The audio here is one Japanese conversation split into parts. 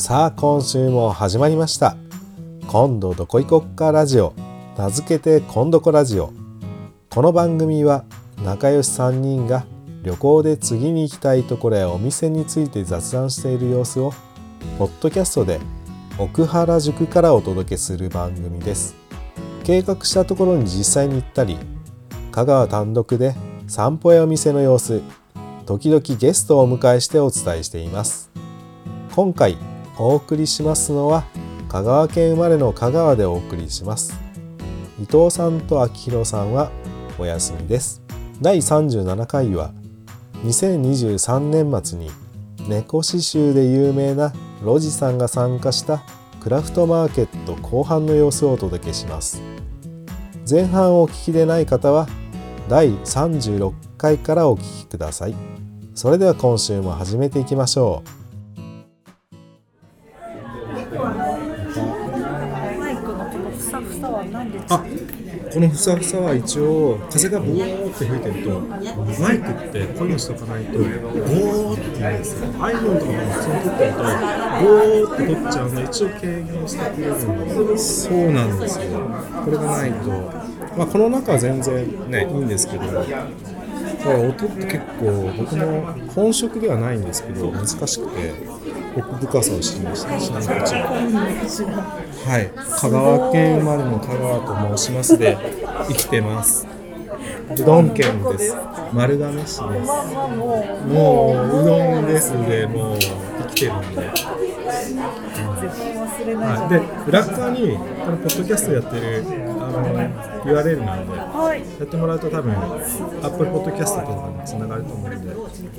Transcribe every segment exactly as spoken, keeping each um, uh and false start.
さあ今週も始まりました。今度どこ行こっかラジオ、名付けて今どこラジオ。この番組は仲良しさんにんが旅行で次に行きたいところやお店について雑談している様子をポッドキャストで奥原宿からお届けする番組です。計画したところに実際に行ったり、香川単独で散歩やお店の様子、時々ゲストをお迎えしてお伝えしています。今回お送りしますのは香川県生まれの香川でお送りします。伊藤さんと秋広さんはお休みです。だいさんじゅうななかいはにせんにじゅうさんねん末に猫刺繍で有名なロジさんが参加したクラフトマーケット後半の様子をお届けします。前半をお聞きでない方はだいさんじゅうろっかいからお聞きください。それでは今週も始めていきましょう。あ、このふさふさは一応風がボーって吹いてるとマイクってこういうのしとかないとボーって言うんですよ。iPhone とかも普通に撮ってるとボーって撮っちゃうので一応軽減してくれるので、そうなんですよ。これがないと、まあ、この中は全然ねいいんですけど、これ音って結構僕も本職ではないんですけど難しくて奥深さを知りました。ちなみにこちら、はい、香川県生まれの香川と申しますで生きてます。うどん県です。丸亀市です。もううどんですでもう生きてるんで、はい、で裏側にこのポッドキャストやってるあの ユーアールエル なんで、はい、やってもらうと多分 Apple Podcast とかにつながると思うんで、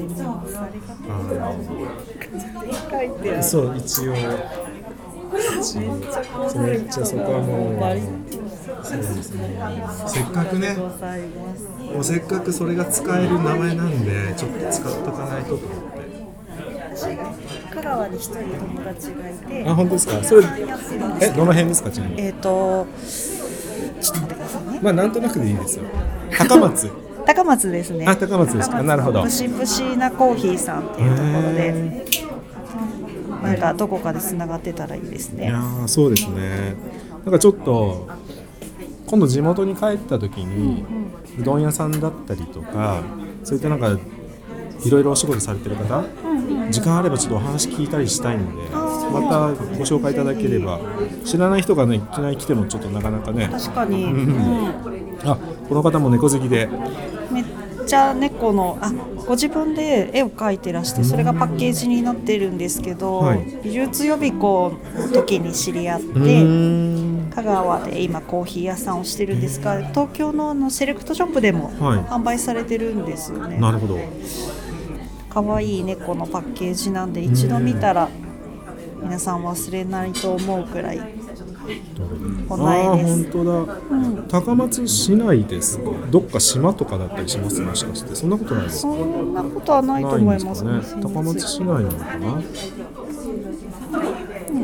あそう一応一応めっちゃそこはもうそうですね、せっかくねもうせっかくそれが使える名前なんでちょっと使っとかないとと思って。 香川に一人友達がいて。 あ、本当ですか。それえどの辺ですか。ちなみにえっ、ー、とちょっと待ってくださいね。 まあなんとなくでいいですよ。高松高松ですね。 あ、高松ですか。なるほど。 プシプシなコーヒーさんっていうところでなんかどこかでつながってたらいいですね。 いやそうですね。なんかちょっと今度地元に帰った時にうどん屋さんだったりとかそういったなんかいろいろお仕事されてる方、時間あればちょっとお話聞いたりしたいのでまたご紹介いただければ。知らない人がねいきなり来てもちょっとなかなかね。 確かに、うん、 あ、この方も猫好きでめっちゃ猫のあご自分で絵を描いてらしてそれがパッケージになってるんですけど、はい、美術予備校の時に知り合って香川で今コーヒー屋さんをしてるんですが、東京 の, あのセレクトショップでも販売されてるんですよね。 なるほど。 かわいい猫のパッケージなんで一度見たら皆さん忘れないと思うくらいこの絵です。 あ、本当だ、うん、高松市内ですか。どっか島とかだったりします。もしかしてそんなことないですか。 そんなことはないと思いますね。 高松市内なのかな、うん、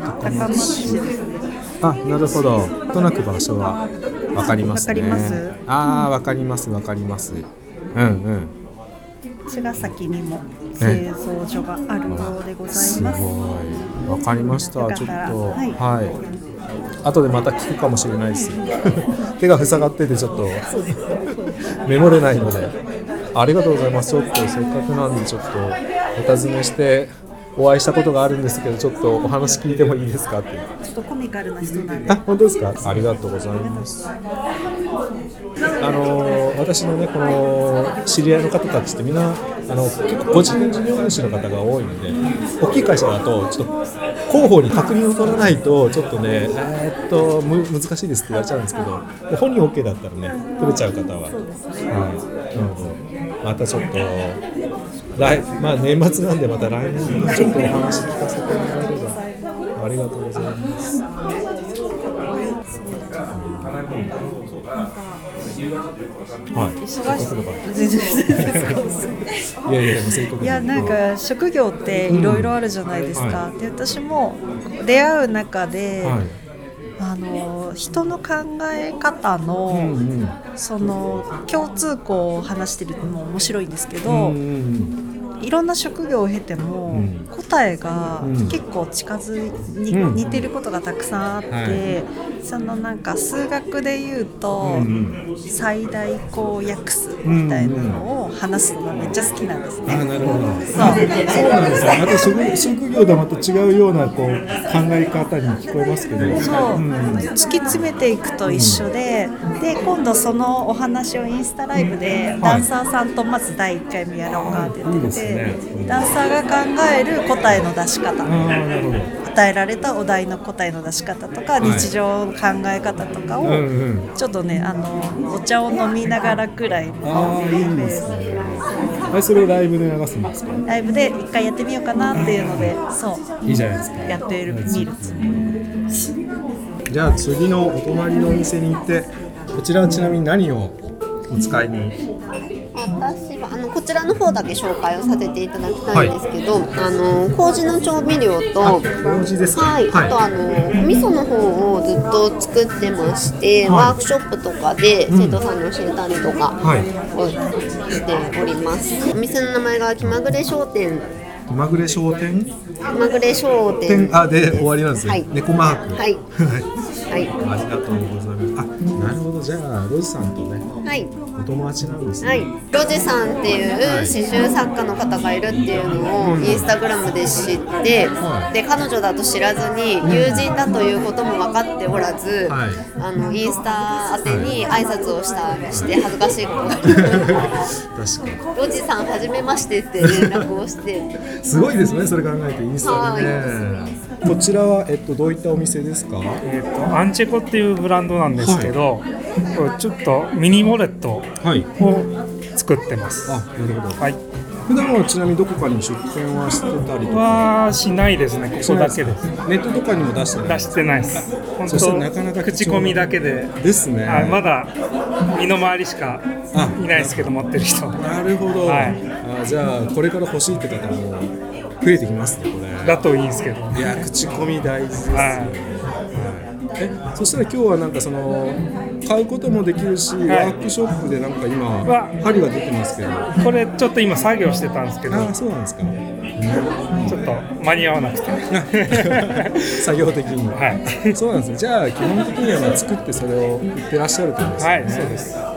高松市ですね。 あ、なるほど。なんとなく場所はわかりますね。 わかります。 ああ、わかりますわかります。うんうん。 茅ヶ崎にも製造所があるようでございます。すごい、 わかりました。ちょっと、はい、はい、後でまた聞くかもしれないです。手が塞がっててちょっとメモれないので、ありがとうございます。ちょっとせっかくなんでちょっとお尋ねしてお会いしたことがあるんですけど、ちょっとお話聞いてもいいですかって。 ちょっとコミカルな人なんで。 あ、本当ですか。ありがとうございます。あの私のねこの知り合いの方たちってみんなあの結構個人事業主の方が多いので、大きい会社だとちょっと広報に確認を取らないとちょっとねえー、っとむ難しいですって言われちゃうんですけど、本人 OK だったらね取れちゃう方は、そうですね、はい、なのでまたちょっと来、まあ、年末なんでまた来年ちょっとお話聞かせてもらえればありがとうございます。はい、忙しい。いやいや、 いやなんか職業っていろいろあるじゃないですか。うん、はい、で私も出会う中で、はい、あの人の考え方の、うんうん、その共通項を話してるのも面白いんですけど、うんうん、 いろんな職業を経ても、うん、答えが結構近づい、うん、似てることがたくさんあって、はい、そのなんか数学で言うと、うん、最大公約数みたいなのを話すのがめっちゃ好きなんですね。 あ、なるほど。そう、そうなんですよ。また職、職業とはまた違うようなこう考え方に聞こえますけど、 そう、うん、突き詰めていくと一緒で、うん、で今度そのお話をインスタライブでダンサーさんとまずだいいっかいめやろうかって言ってて、はい、いいですね。ダンサーが考える答えの出し方、与えられたお題の答えの出し方とか、はい、日常の考え方とかを、うんうん、ちょっとね、あのお茶を飲みながらくらいあいいですね。はい、それをライブで流すんですか？ ライブで一回やってみようかなっていうので、そういいじゃないですか。 やってる見る。 じゃあ次のお隣のお店に行って、こちらはちなみに何をお使いに？ 私はあのこちらの方だけ紹介をさせていただきたいんですけど、はい、あの麹の調味料と、 麹ですか？ はい、はい、あとあのお味噌の方をずっと作ってまして、はい、ワークショップとかで生徒さんに教えたりとかをしております。はい、お店の名前が気まぐれ商店。 気まぐれ商店？ 気まぐれ商店。 あで終わりなんですね。はい、猫マーク。 はい。はい、 ありがとうございます。あ、なるほど。じゃあロジさんとね、はい、お友達なんですね。はい、 ロジさんっていう刺繍作家の方がいるっていうのをインスタグラムで知って、はい、で彼女だと知らずに友人だということも分かっておらず、はい、あのインスタ宛てに挨拶をしたして恥ずかしいこと確かにロジさんはじめましてって連絡をしてすごいですね。それ考えてインスタでね、はい、こちらは、えっと、どういったお店ですか？ えっとアンチェコっていうブランドなんですけど、はい、これちょっとミニウォレットを作ってます。 はい、あ、なるほど。はい。普段はちなみにどこかに出店はしてたりとかはしないですね。ここだけです。 ネットとかにも出してない。 出してないです。本当なかなか口コミだけでですね。 あ、まだ身の回りしかいないですけど持ってる人。 なるほど。はい、あ、じゃあこれから欲しいって方も増えてきますね。これだといいんですけど。 いや、口コミ大事ですよね。はい、え、そしたら今日はなんかその買うこともできるし、はい、ワークショップでなんか今針が出てますけど、 これちょっと今作業してたんですけど、 あ、そうなんですか、うん、 ちょっと間に合わなくて作業的に、はい、そうなんですね。じゃあ基本的には作ってそれを売ってらっしゃると思うんですね。はい、そうです。あ、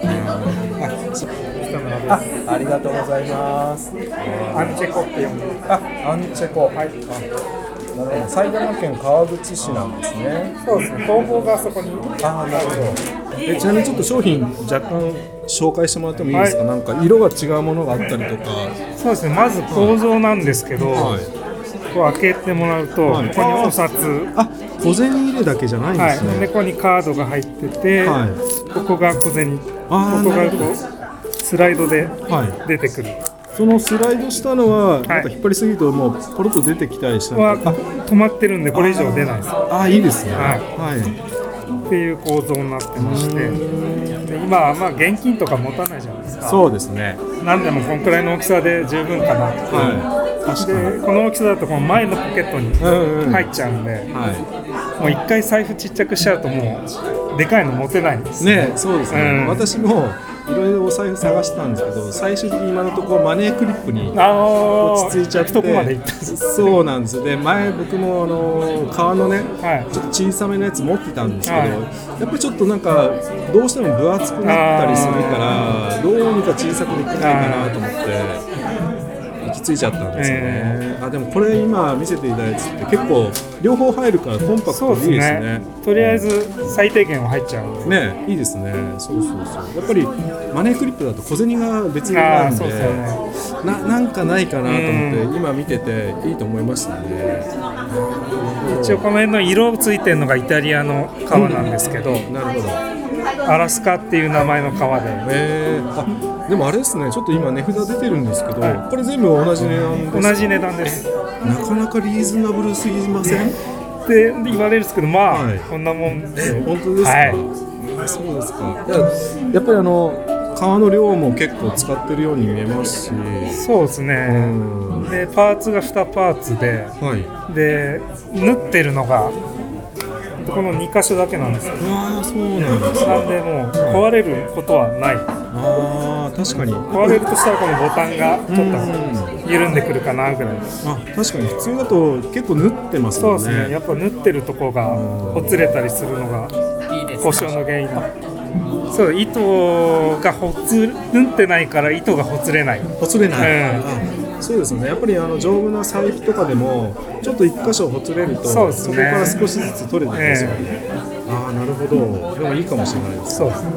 あ、ありがとうございます。 アンチェコって読む。 あ、アンチェコ、はい、あ、なるほど。埼玉県川口市なんですね。 そうですね。工房がそこに。 あ、なるほど。え、ちなみにちょっと商品若干紹介してもらってもいいですか？はい、なんか色が違うものがあったりとか。 そうですね。まず構造なんですけど、はい、こう開けてもらうと、はい、ここにお札。 あ、小銭入れだけじゃないんですね。はい、 でここにカードが入ってて、はい、ここが小銭、ここがこうスライドで出てくる。はい、 そのスライドしたのは、なんか引っ張りすぎるともうポロッと出てきたりしたら、止まってるんでこれ以上出ないです。 ああ、いいですね。はい、はい、 っていう構造になってまして、で今はまあ現金とか持たないじゃないですか。 そうですね。 何でもこのくらいの大きさで十分かなって、はい、でこの大きさだとこの前のポケットに入っちゃうんで、うんうん、はい、もう一回財布ちっちゃくしちゃうともうでかいの持てないんですね。そうですね、うん、私もいろいろお財布探したんですけど、最終的に今のところマネークリップに落ち着いちゃって、 とこまで行ったそうなんですよ。で前僕もあの革のね、はい、ちょっと小さめのやつ持ってたんですけど、はい、やっぱりちょっとなんかどうしても分厚くなったりするからどうにか小さくできないかなと思って行き着いちゃったんですよね。えー、あ、でもこれ今見せていただいたやつって結構両方入るからコンパクトでいいですね。そうですね。 とりあえず最低限は入っちゃうんでね、いいですね。そうそうそう。やっぱりマネークリップだと小銭が別にあるんで、ね、な, なんかないかなと思って今見てていいと思いましたね。 一応この辺の色ついてるのがイタリアの革なんですけど、うん、なるほど。アラスカっていう名前の革で、 えー、あ、でもあれですね、ちょっと今値札出てるんですけど、はい、これ全部同じ値段ですか？ 同じ値段です。 なかなかリーズナブルすぎません？ って言われるんですけど、まあ、はい、こんなもんで。 え、本当ですか？はい、そうですか。や, やっぱりあの革の量も結構使ってるように見えますし。 そうですね、うん、でパーツがにパーツで、はい、で縫ってるのがこのに箇所だけなんですよ。 ああ、そうなんです。 なんでもう壊れることはない。 ああ、確確かに壊れるとしたらこのボタンがちょっと緩んでくるかなぐらいです。 あ、確かに普通だと結構縫ってますもんね。 そうですね、やっぱ縫ってるとこがほつれたりするのが故障の原因だ。そう、糸がほつ縫ってないから糸がほつれない。 ほつれない、 うん、 そうですよね。やっぱりあの丈夫な財布とかでもちょっと一箇所ほつれるとそ, そ,、 ね、 こから少しずつ取れてきますよね、 えー、ああなるほど。でもいいかもしれないです。 そうですね。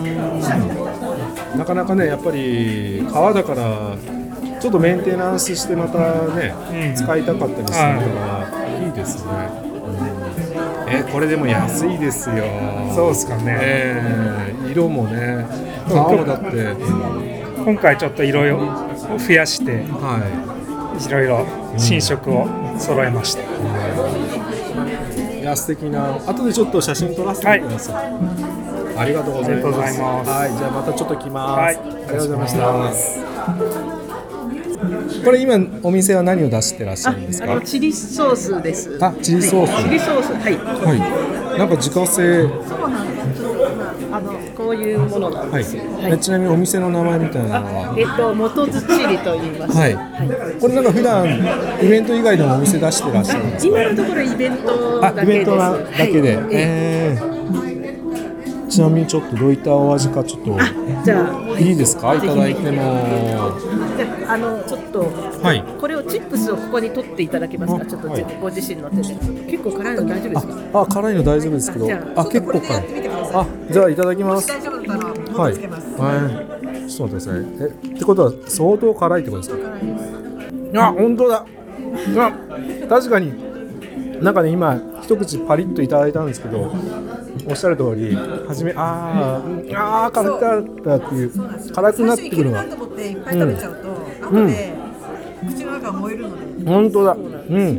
なかなかねやっぱり革だからちょっとメンテナンスしてまたね、うん、使いたかったりするからいいですね、うん、えこれでも安いですよ。 そうですかね、 えー、色もね革もだって今回ちょっと色々増やして、 はい、 いろいろ新色を揃えました、 うん、いや素敵な。後でちょっと写真撮らせてください、はい、ありがとうございます。はい、じゃあまたちょっと来ます、はい、ありがとうございました。これ今お店は何を出してらっしゃるんですか？ あのチリソースです。 あ、チリソース、 はい、チリソース、はい、 はい、なんか自家製。 そうなんです。あのこういうものなんですよ、 はいはい、ちなみにお店の名前みたいなのはえっと元津チリと言います、 はいはい、これなんか普段イベント以外でもお店出してらっしゃるんですか？ 今のところイベントだけです。 あ、イベントだけで、はい、 えー、ちなみにちょっとどういったお味かちょっとじゃあいいですか？いただいても。 あのちょっと、はい、これをチップスをここに取っていただけますか？ちょっとご自身の手で。結構辛いの大丈夫ですか？ あ、あ辛いの大丈夫ですけど、あ、結構辛い。あ、じゃあいただきます。 大丈夫だったらもはい、 うつけます。 はい、ちょっと待ってください。え、ってことは相当辛いってことですか？あ、本当だ。あ、確かになんかね今一口パリッといただいたんですけど、おっしゃる通り初めあーあー辛かったっていう辛くなってくるのが。 最初いけるなと思っていっぱい食べちゃうと、後で口の中が燃えるので。 本当だ。うん。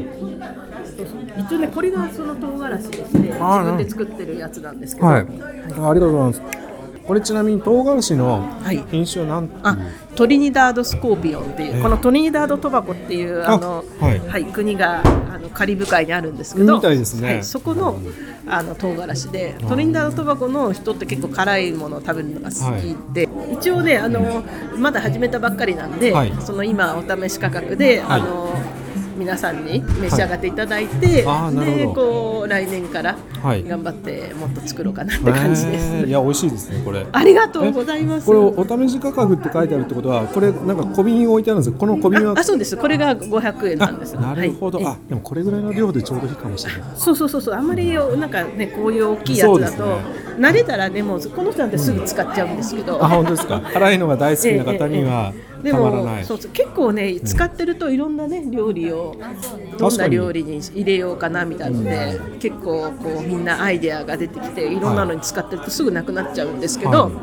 一応ねこれがその唐辛子ですね。自分で作ってるやつなんですけど。 はい。ありがとうございます。これちなみに唐辛子の品種は何ていう、 はい、あトリニダードスコーピオンっていう、えー、このトリニダードトバゴっていうあのあ、はいはい、国があのカリブ海にあるんですけど、 みたいですね、 はい、そこのあの唐辛子で、トリニダードトバゴの人って結構辛いものを食べるのが好きで、はい、一応ねあのまだ始めたばっかりなんで、はい、その今お試し価格で、はい、あの皆さんに召し上がっていただいて、はい、でこう来年から頑張ってもっと作ろうかなって感じです、 はい、いや美味しいですねこれ。 ありがとうございます。 これお試し価格って書いてあるってことはこれなんか小瓶置いてあるんですよ。この小瓶はあ, あそうです。これがごひゃくえんなんです。 なるほど、はい、あでもこれぐらいの量でちょうどいいかもしれない。 そうそうそうそう。あんまりなんかねこういう大きいやつだと、ね、慣れたらねもうこの人なんてすぐ使っちゃうんですけど、 うん、あ本当ですか。辛いのが大好きな方には、ええええでもそうそう結構ね使ってるといろんなね料理をどんな料理に入れようかなみたいなので、うん、結構こうみんなアイデアが出てきていろんなのに使ってるとすぐなくなっちゃうんですけど、はい、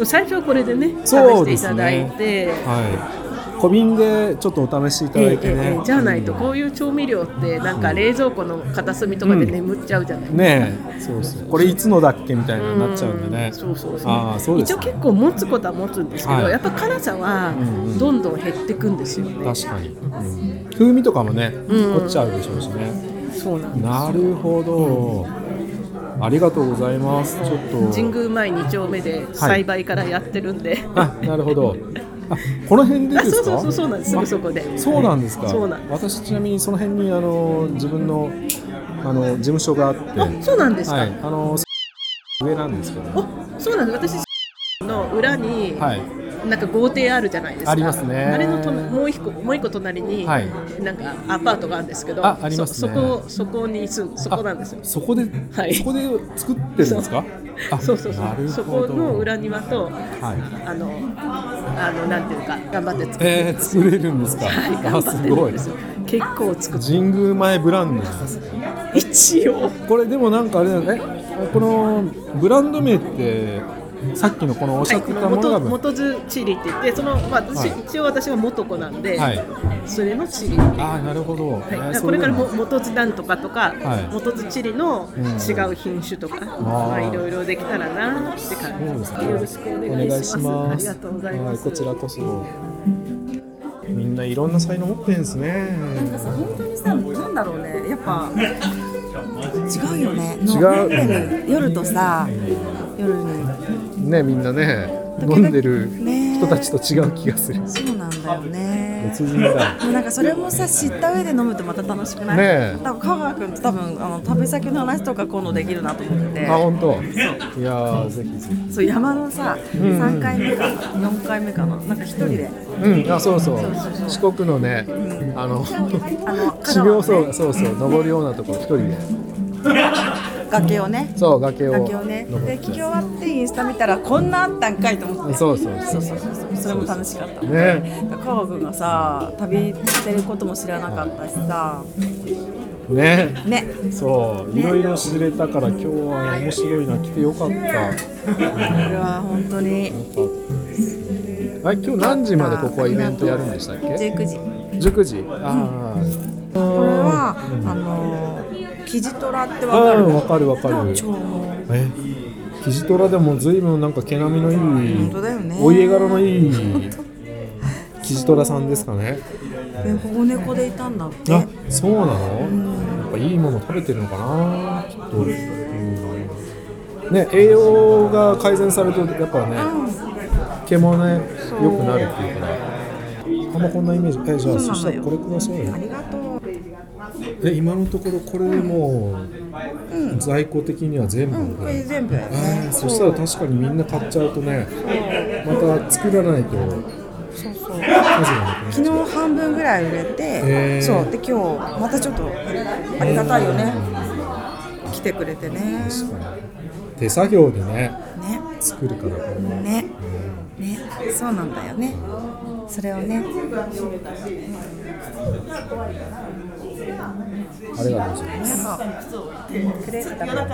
最初はこれでね試していただいて、 ねはい、小瓶でちょっとお試しいただいてね、えーえー、 じゃないとこういう調味料ってなんか冷蔵庫の片隅とかで眠っちゃうじゃないですか、 うん、ねえそうそうこれいつのだっけみたいになっちゃうんでね、 うん、そうそうそうあそうです、 ね、一応結構持つことは持つんですけど、はい、やっぱ辛さはどんどん減ってくんですよね、 うんうん、確かに、うん、風味とかもね落ちちゃうでしょうしね、 うん、そうなんです。 なるほど、ありがとうございます。ちょっと神宮前に丁目で栽培からやってるんで、 はい、あなるほど。あこの辺でですか？ そうそうそうなんです。すぐそこで。 そうなんですか。 そうなんです。 私ちなみにその辺にあの自分のあの事務所があって、 あそうなんですか。はい、 あの上なんですけど、 あそうなんです。私の裏に、はい、なんか豪邸あるじゃないですか。 ありますね。 あれのともう一個もう一個隣に、はい、なんかアパートがあるんですけど、 あありますね。 そ, そこそこに住んそこなんですよ。 そこで、はい、そこで作ってるんですか？ あそうそうそう。そこの裏庭と、はい、あのあのなんていうか頑張って作って、 えー、作れるんですか？ はい、頑張ってるんですよ。結構作って。 神宮前ブランドです。 一応。 これでもなんかあれだね。このブランド名ってさっきのこのおっしゃってたものが、はい、 元津チリって言ってその、まあはい、一応私は元子なんで、はい、それのチリあなるほど、 はいえー、これからも元津なんとかとか、はい、元津チリの違う品種とか、うんまあ、いろいろできたらなって感じです、ね、よろしくお願いします。ありがとうございます。 はい、こちらこそみんないろんな才能持ってるんですね。 なんかさ本当にさなんだろうねやっぱ違うよね。 違う夜とさ夜にねみんなね飲んでる人人たちと違う気がする。 そうなんだよね。 別人だ。 もうなんかそれもさ知った上で飲むとまた楽しくない？ ねえ。 多分香川君と多分あの旅先の話とか今度できるなと思ってて。 あ、本当。いやーぜひぜひ。 そう山のさ、 うんうん、 さんかいめかよんかいめかな、なんか一人で。 うん、あ、そうそう。四国のね、うん、あのあの修行そうそうそう登るようなところ一人で。 崖をね。 そう崖を。 崖をね。で聞き終わってインスタ見たらこんなあったんかいと思って。 そうそうそうそうそうそう。それも楽しかった。 ね。 香川君がさ旅してることも知らなかったしさ。 ね。 ね。 そう、ね、いろいろ知れたから今日は面白いな、来てよかった。これは本当に。 あれ今日何時までここはイベントやるんでしたっけ？ じゅうくじ。 じゅうくじ。ああ。 これは、うん、あのキジトラってわかる？ わかるわかる。え、キジトラでも随分なんか毛並みのいい、 本当だよね。 お家柄のいいキジトラさんですかね。 え、保護猫でいたんだって。 あ、そうなの？うん、やっぱいいもの食べてるのかな、きっと。うん、ね、栄養が改善されるとやっぱね、うん、毛もね良くなるっていうから。あんまこんなイメージ。え、じゃあそしたらこれください。 ありがとう。 え、今のところこれもう、うん、在庫的には全部、 うん、これ全部、 ね、そしたら確かにみんな買っちゃうとね、また作らないと。 そうそう。昨日半分ぐらい売れて、そうで今日またちょっとありがたいよね。来てくれてね。 確かに手作業でね、 ね作るからね、うん、ね、そうなんだよね。それをね。 ありがとうございます。 クレープ食べる。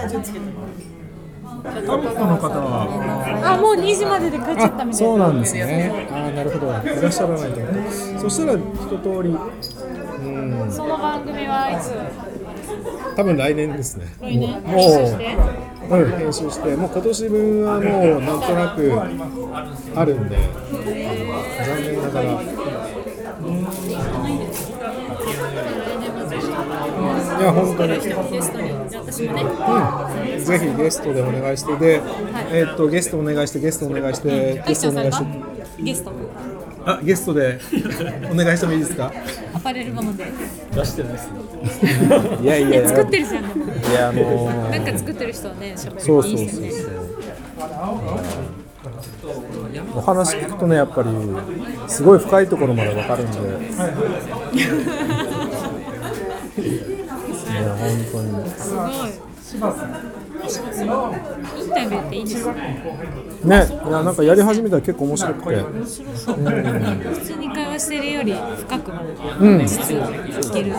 この方はあ、もうにじまでで帰っちゃったみたいな。 そうなんですね。あ、なるほど。いらっしゃらないと思って。そしたら一通り、 うん、その番組はいつ？ 多分来年ですね。 来年もう、うん、編集して、もう今年分はもうなんとなくあるんで、残念ながら。いや本当に。 ゲストに私もね。 うん。ぜひゲストでお願いしてで、はい、えー、っとゲストお願いしてゲストお願いしてゲストお願いしてゲスト。 あ、ゲストでお願いしてもいいですか？ アパレルママで。 出してないですね。 いやいや。 作ってるじゃん。 いやもう。 なんか作ってる人はね、喋る。 そうそうそうそう。お話聞くとね、やっぱりすごい深いところまでわかるんで。いや本当に。 すごい。インタビューっていいですね。 ね、いやなんかやり始めたら結構面白くて。 面白そう。うん、普通に会話してるより深く、うん、実は聞ける。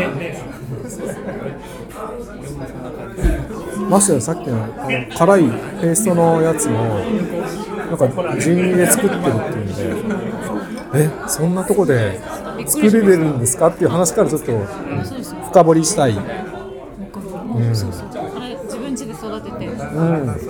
ましてやさっきの、あの辛いペーストのやつもなんか人力で作ってるっていうんで、え、そんなとこで作れるんですかっていう話からちょっと深掘りしたい。 うん、そうそう。あれ自分家で育てて。うん。びっ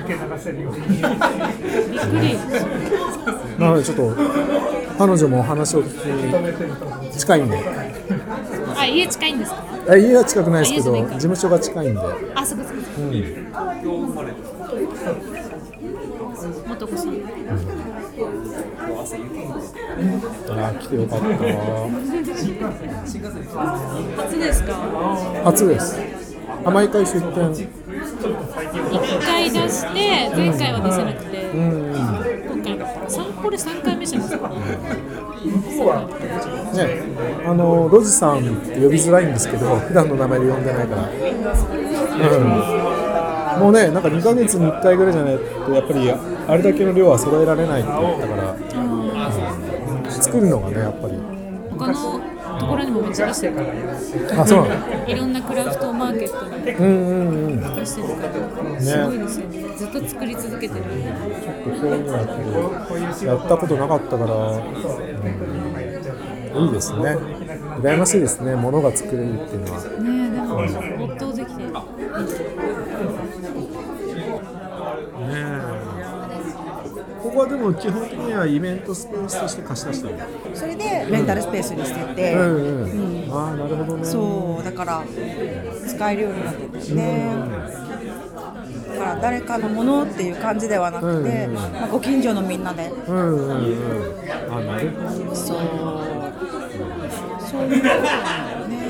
くり。 なのでちょっと彼女もお話を聞きに近いんで。 あ、家近いんですか？ あ、家は近くないですけど事務所が近いんで。 あ、そこそこ。うん。元子さん。うん、 あ、来てよかった。 初ですか？ 初です。あ、毎回出店。 一回出して前回は出せなくて、うんうん、今回さんこれさんかいめじゃないですか。ね、 あのロジさんって呼びづらいんですけど、普段の名前で呼んでないから。うん、もうね、なんかにかげつにいっかいぐらいじゃないとやっぱりあれだけの量は揃えられないって言ったから、うん、作るのがねやっぱり。 他のところにもめっちゃ出してるから。 あ、そうなの。 いろんなクラフトマーケットに出してるから、ね、すごいですよね。ずっと作り続けてる。ちょっとそういうのやったことなかったから、うん、いいですね。羨ましいですね。物が作れるっていうのは。 ね、でも没頭できてる。 ここはでも基本的にはイベントスペースとして貸し出したの。 それでレンタルスペースにしてて、 うんうんうん、ああなるほどね。 そうだから使えるようになっててね。 から誰かのものっていう感じではなくて、うんうん、まあ、ご近所のみんなで、うんうんうん、あ、なるほど、そうそういうことなんだよね、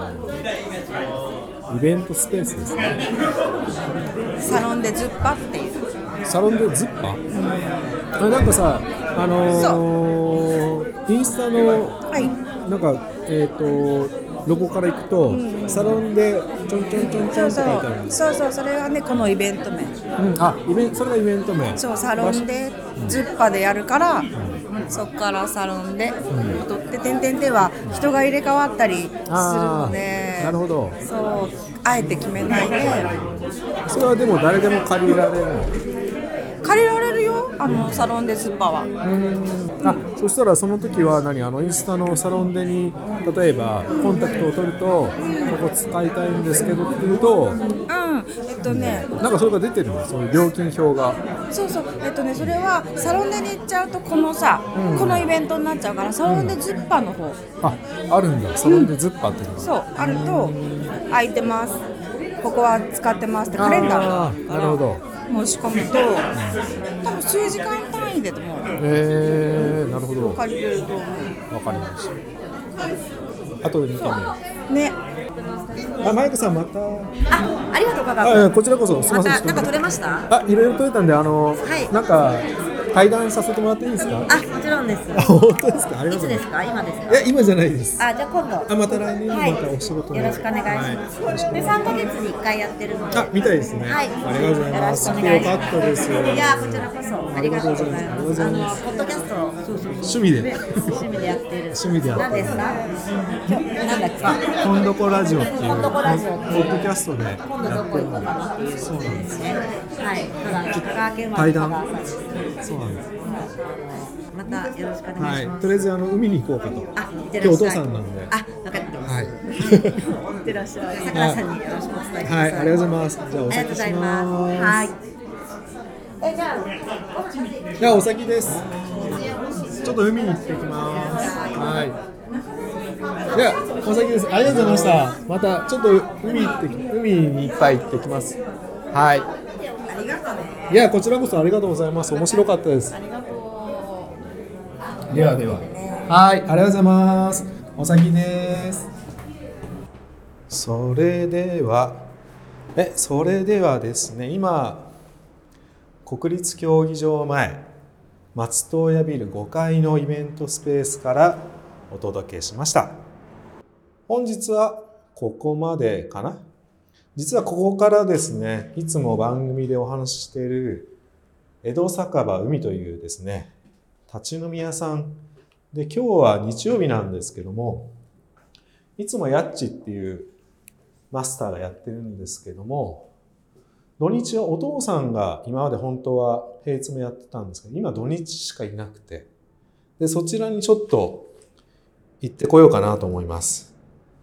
うん、イベントスペースですね。 サロンでズッパっていう、 サロンでズッパ、うん、あ、なんかさ、あのー、インスタの、はい、なんかえっ、ー、とロゴからいくと、うん、サロンでちょんちょんちょんちょんって書いてあるんです。 そうそう、それがねこのイベント名、うん、 あ、イベンそれがイベント名。 そう、サロンでズッパでやるから、うん、そっからサロンで踊って、てんてんてんは人が入れ替わったりするので、 なるほど、 そう、あえて決めないで。 それはでも誰でも借りられるの？ 借りられるよ、あのサロンでズッパは。うん、 あ、そしたらその時は何、あのインスタのサロンでに例えばコンタクトを取ると、ここ使いたいんですけどっていうと、うん、 えっとね、 なんかそれが出てるの、そういう料金表が。 そうそう、えっとね、それはサロンでに行っちゃうとこのさ、うん、このイベントになっちゃうから、サロンでズッパの方、うん、 あ、あるんだ、サロンでズッパっていうのが、 うん、そう、あると空いてます、ここは使ってますってカレンダーがあるから、なるほど、申し込むと、多分数時間単位でと思う。 えー、なるほど。 借りれると思う。 わかりました。後で見てみよう。ね。あ、マイクさんまた。 あ、ありがとう、かか。 あ、こちらこそ。すみません。 またなんか取れました？ あ、いろいろ取れたんで、あの、はい、なんか対談させてもらっていいですか？ あ、もちろんです。 あ、本当ですか？ありがとうございます。 いつですか？今ですか？ いや、今じゃないです。 あ、じゃあ今度。 あ、また来年もまたお仕事、 はい、よろしくお願いします。はい、で、さんかげつにいっかいやってるので。 あ、みたいですね。 はい。 ありがとうございます。よろしくお願いします。よかったです。 いや、こちらこそありがとうございます。あのポッドキャスト、そうそう、 趣味で、 趣味でやってる。 趣味でやってる。 何ですか？なんだっけ？ コンドコラジオっていうコンドコラジオポッドキャストで。 今度どこ行こうかなっていう。そうなんですね。はい。ただ香川県は対談。そうなんです。 またよろしくお願いします。 はい、とりあえずあの海に行こうかと。 あ、 今日お父さんなんで。 あ、分かってます。はい。行ってらっしゃい。桜さんによろしくお伝えください。 はい、ありがとうございます。じゃあお先します。 はい。え、じゃあ、 じゃあお先です。ちょっと海に行ってきます。はい。じゃあお先です。ありがとうございました。またちょっと海行って海にいっぱい行ってきます。はい。 ありがとうね。 いや、こちらこそありがとうございます。面白かったです。 ありがとう。 ではでは。はい、ありがとうございます。お先です。それでは、え、それではですね、今国立競技場前松任谷ビルごかいのイベントスペースからお届けしました。本日はここまでかな。実はここからですね、いつも番組でお話ししている江戸酒場海というですね、立ち飲み屋さんで、今日は日曜日なんですけども、いつもやっちっていうマスターがやってるんですけども、土日はお父さんが今まで本当は平日もやってたんですけど、今土日しかいなくて、でそちらにちょっと行ってこようかなと思います。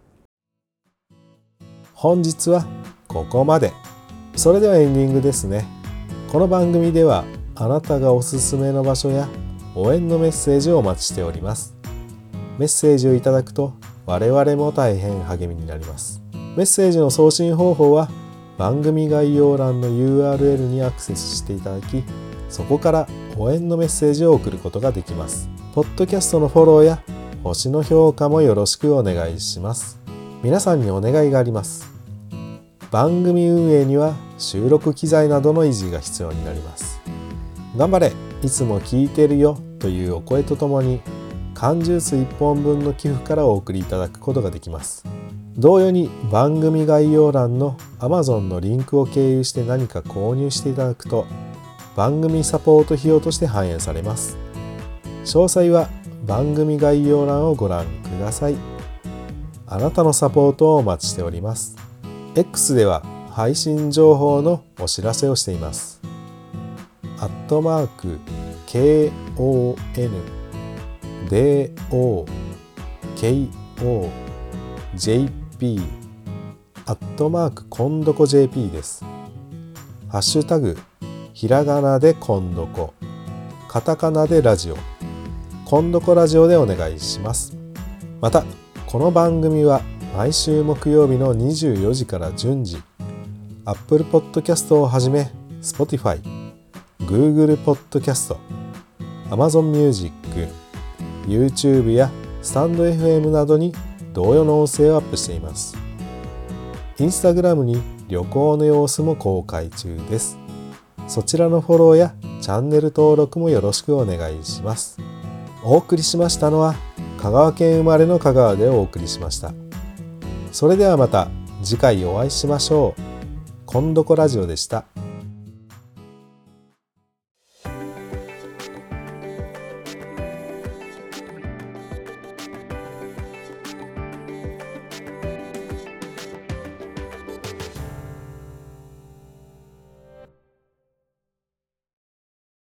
本日はここまで。それではエンディングですね。この番組ではあなたがおすすめの場所や応援のメッセージをお待ちしております。メッセージをいただくと我々も大変励みになります。メッセージの送信方法は番組概要欄の ユーアールエル にアクセスしていただき、そこから応援のメッセージを送ることができます。ポッドキャストのフォローや星の評価もよろしくお願いします。皆さんにお願いがあります。番組運営には収録機材などの維持が必要になります。頑張れ、いつも聞いてるよというお声とともに缶ジュースいっぽんぶんの寄付からお送りいただくことができます。同様に番組概要欄の Amazon のリンクを経由して何か購入していただくと番組サポート費用として反映されます。詳細は番組概要欄をご覧ください。あなたのサポートをお待ちしております。X では配信情報のお知らせをしています。アットマーク ケーオーエヌディーオーケーオージェーピー アットマークこんどこ ジェーピー です。ハッシュタグひらがなでこんどこ、カタカナでラジオ、こんどこラジオでお願いします。またこの番組は毎週木曜日のにじゅうよじから順次 Apple Podcast をはじめ Spotify、Google Podcast、Amazon Music、YouTube やスタンド エフエム などに同様の音声をアップしています。インスタグラムに旅行の様子も公開中です。そちらのフォローやチャンネル登録もよろしくお願いします。お送りしましたのは香川県生まれの香川でお送りしました。それではまた次回お会いしましょう。こんどこラジオでした。